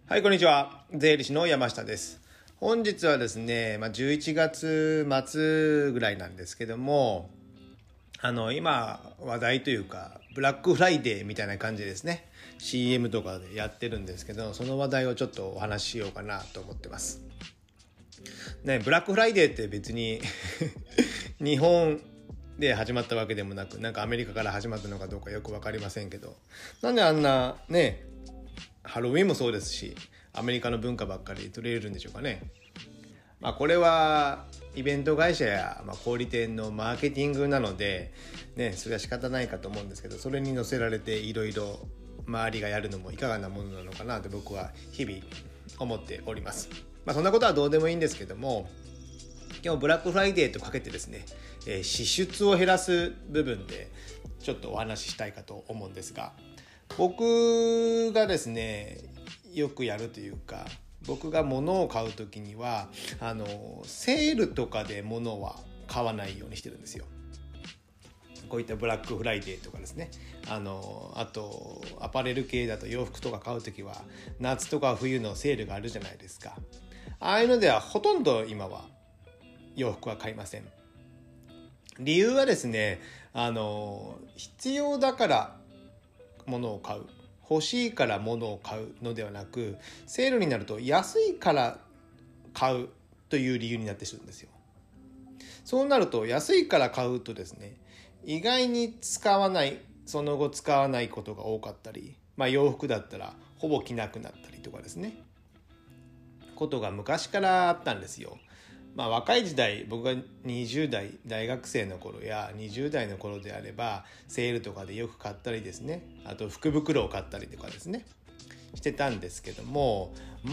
はい、こんにちは。税理士の山下です。本日はですね、11月末ぐらいなんですけども、今話題というか、ブラックフライデーみたいな感じですね。CM とかでやってるんですけど、その話題をちょっとお話ししようかなと思ってます。ね、ブラックフライデーって別に日本で始まったわけでもなく、なんかアメリカから始まったのかどうかよくわかりませんけど、なんであんなね、ハロウィンもそうですし、アメリカの文化ばっかり取り入れるんでしょうかね。これはイベント会社や、小売店のマーケティングなので、ね、それは仕方ないかと思うんですけど、それに乗せられていろいろ周りがやるのもいかがなものなのかなと僕は日々思っております。そんなことはどうでもいいんですけども、今日ブラックフライデーとかけてですね、支出を減らす部分でちょっとお話ししたいかと思うんですが、僕がですねよくやるというか、僕が物を買うときにはセールとかで物は買わないようにしてるんですよ。こういったブラックフライデーとかですね、あとアパレル系だと洋服とか買うときは夏とか冬のセールがあるじゃないですか。ああいうのではほとんど今は洋服は買いません。理由はですね、必要だから物を買う、欲しいから物を買うのではなく、セールになると安いから買うという理由になってするんですよ。そうなると安いから買うとですね、意外に使わない、その後使わないことが多かったり、洋服だったらほぼ着なくなったりとかですね、ことが昔からあったんですよ。若い時代、僕が20代大学生の頃や20代の頃であればセールとかでよく買ったりですね、あと福袋を買ったりとかですねしてたんですけども、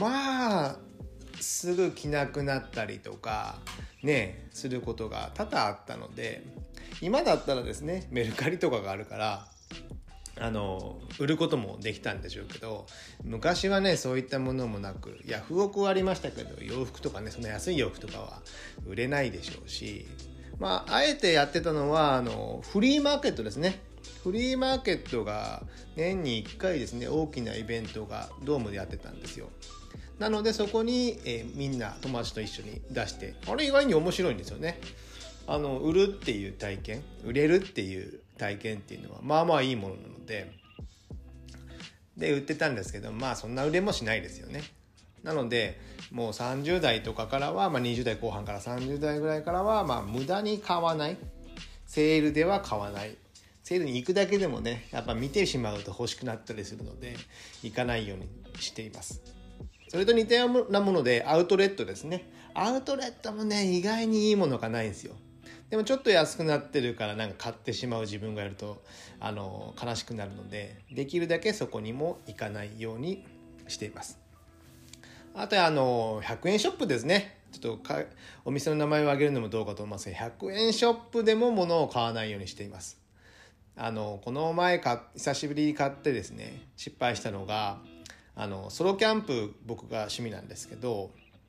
すぐ着なくなったりとかねすることが多々あったので、今だったらですねメルカリとかがあるから売ることもできたんでしょうけど、昔はねそういったものもなく、ヤフオクはありましたけど洋服とかね、その安い洋服とかは売れないでしょうし、あえてやってたのはフリーマーケットですね。フリーマーケットが年に1回ですね、大きなイベントがドームでやってたんですよ。なのでそこに、みんな友達と一緒に出して、あれ意外に面白いんですよね。売るっていう体験、売れるっていう体験っていうのはいいものなので、売ってたんですけど、そんな売れもしないですよね。なのでもう30代とかからは、20代後半から30代ぐらいからは、無駄に買わない、セールでは買わない、セールに行くだけでもねやっぱ見てしまうと欲しくなったりするので行かないようにしています。それと似たようなものでアウトレットですね。アウトレットもね意外にいいものがないんですよ。でもちょっと安くなってるからなんか買ってしまう自分がいると悲しくなるので、できるだけそこにも行かないようにしています。あとは100円ショップですね。ちょっとお店の名前を挙げるのもどうかと思いますが、100円ショップでも物を買わないようにしています。この前久しぶりに買ってですね失敗したのが、ソロキャンプ僕が趣味なんですけど、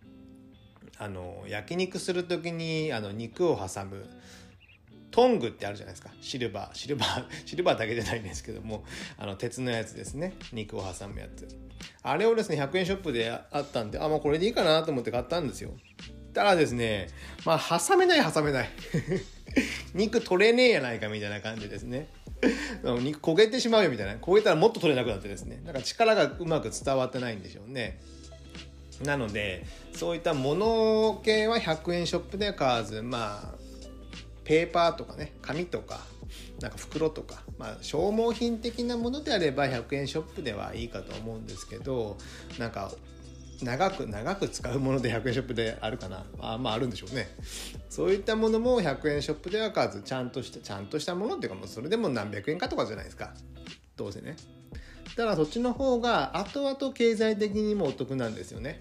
焼肉するときに肉を挟むトングってあるじゃないですか。シルバーだけじゃないんですけども、鉄のやつですね。肉を挟むやつ。あれをですね100円ショップであったんで、これでいいかなと思って買ったんですよ。ただですね、挟めない肉取れねえやないかみたいな感じですね。肉焦げてしまうよみたいな、焦げたらもっと取れなくなってですね、なんか力がうまく伝わってないんでしょうね。なのでそういったもの系は100円ショップで買わず、ペーパーとかね、紙とかなんか袋とか、消耗品的なものであれば100円ショップではいいかと思うんですけど、なんか長く使うもので100円ショップであるかな、あるんでしょうね。そういったものも100円ショップでは買わず、ちゃんとしたものっていうか、もうそれでも何百円かとかじゃないですか、どうせね。だからそっちの方が後々経済的にもお得なんですよね。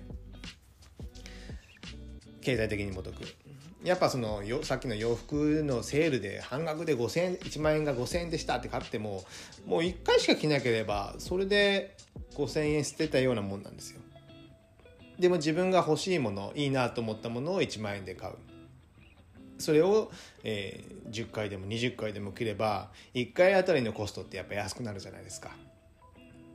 経済的にもお得。やっぱさっきの洋服のセールで半額で5000円、1万円が5000円でしたって買っても、もう1回しか着なければそれで5000円捨てたようなもんなんですよ。でも自分が欲しいもの、いいなと思ったものを1万円で買う。それを、10回でも20回でも着れば1回あたりのコストってやっぱ安くなるじゃないですか。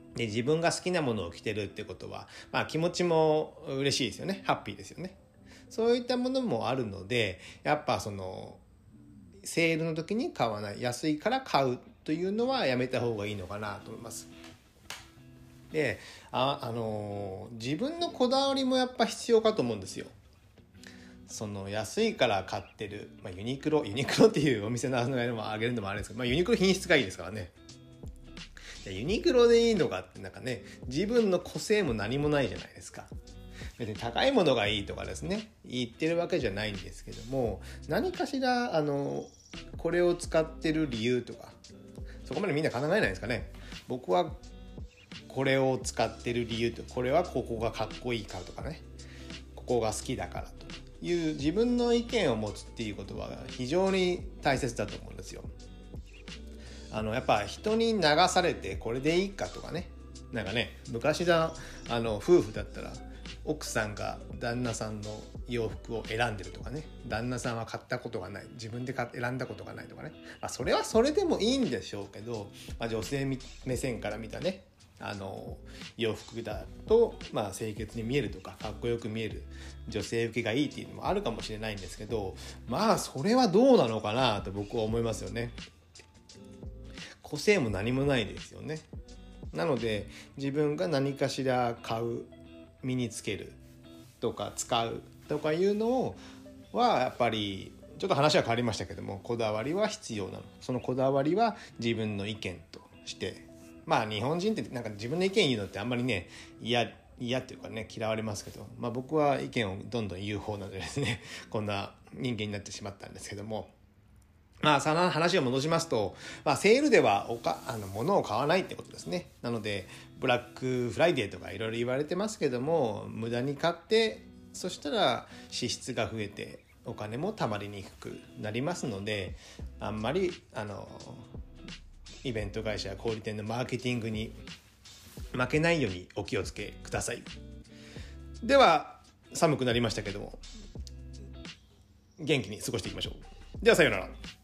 で、自分が好きなものを着てるってことは、気持ちも嬉しいですよね。ハッピーですよね。そういったものもあるので、やっぱセールの時に買わない、安いから買うというのはやめた方がいいのかなと思います。で、自分のこだわりもやっぱ必要かと思うんですよ。安いから買ってる、ユニクロっていうお店の名前を挙げるのもあれですけど、ユニクロ品質がいいですからね。ユニクロでいいのかって自分の個性も何もないじゃないですか。別に高いものがいいとかですね、言ってるわけじゃないんですけども、何かしらこれを使ってる理由とか、そこまでみんな考えないですかね。僕はこれを使ってる理由と、これはここがかっこいいからとかね、ここが好きだからという自分の意見を持つっていうことは非常に大切だと思うんですよ。やっぱ人に流されてこれでいいかとかね、昔夫婦だったら奥さんが旦那さんの洋服を選んでるとかね、旦那さんは買ったことがない、自分で選んだことがないとかね、それはそれでもいいんでしょうけど、女性目線から見たね、洋服だと、清潔に見えるとかかっこよく見える、女性受けがいいっていうのもあるかもしれないんですけど、それはどうなのかなと僕は思いますよね。個性も何もないですよね。なので自分が何かしら買う、身につけるとか使うとかいうのはやっぱりちょっと話は変わりましたけども、こだわりは必要なの。そのこだわりは自分の意見として、日本人って自分の意見言うのってあんまりね嫌っていうかね、嫌われますけど、僕は意見をどんどん言う方なのでですね、こんな人間になってしまったんですけども、その話を戻しますと、セールでは物を買わないってことですね。なのでブラックフライデーとかいろいろ言われてますけども、無駄に買って、そしたら支出が増えてお金も貯まりにくくなりますので、あんまりイベント会社や小売店のマーケティングに負けないようにお気をつけください。では寒くなりましたけども、元気に過ごしていきましょう。ではさようなら。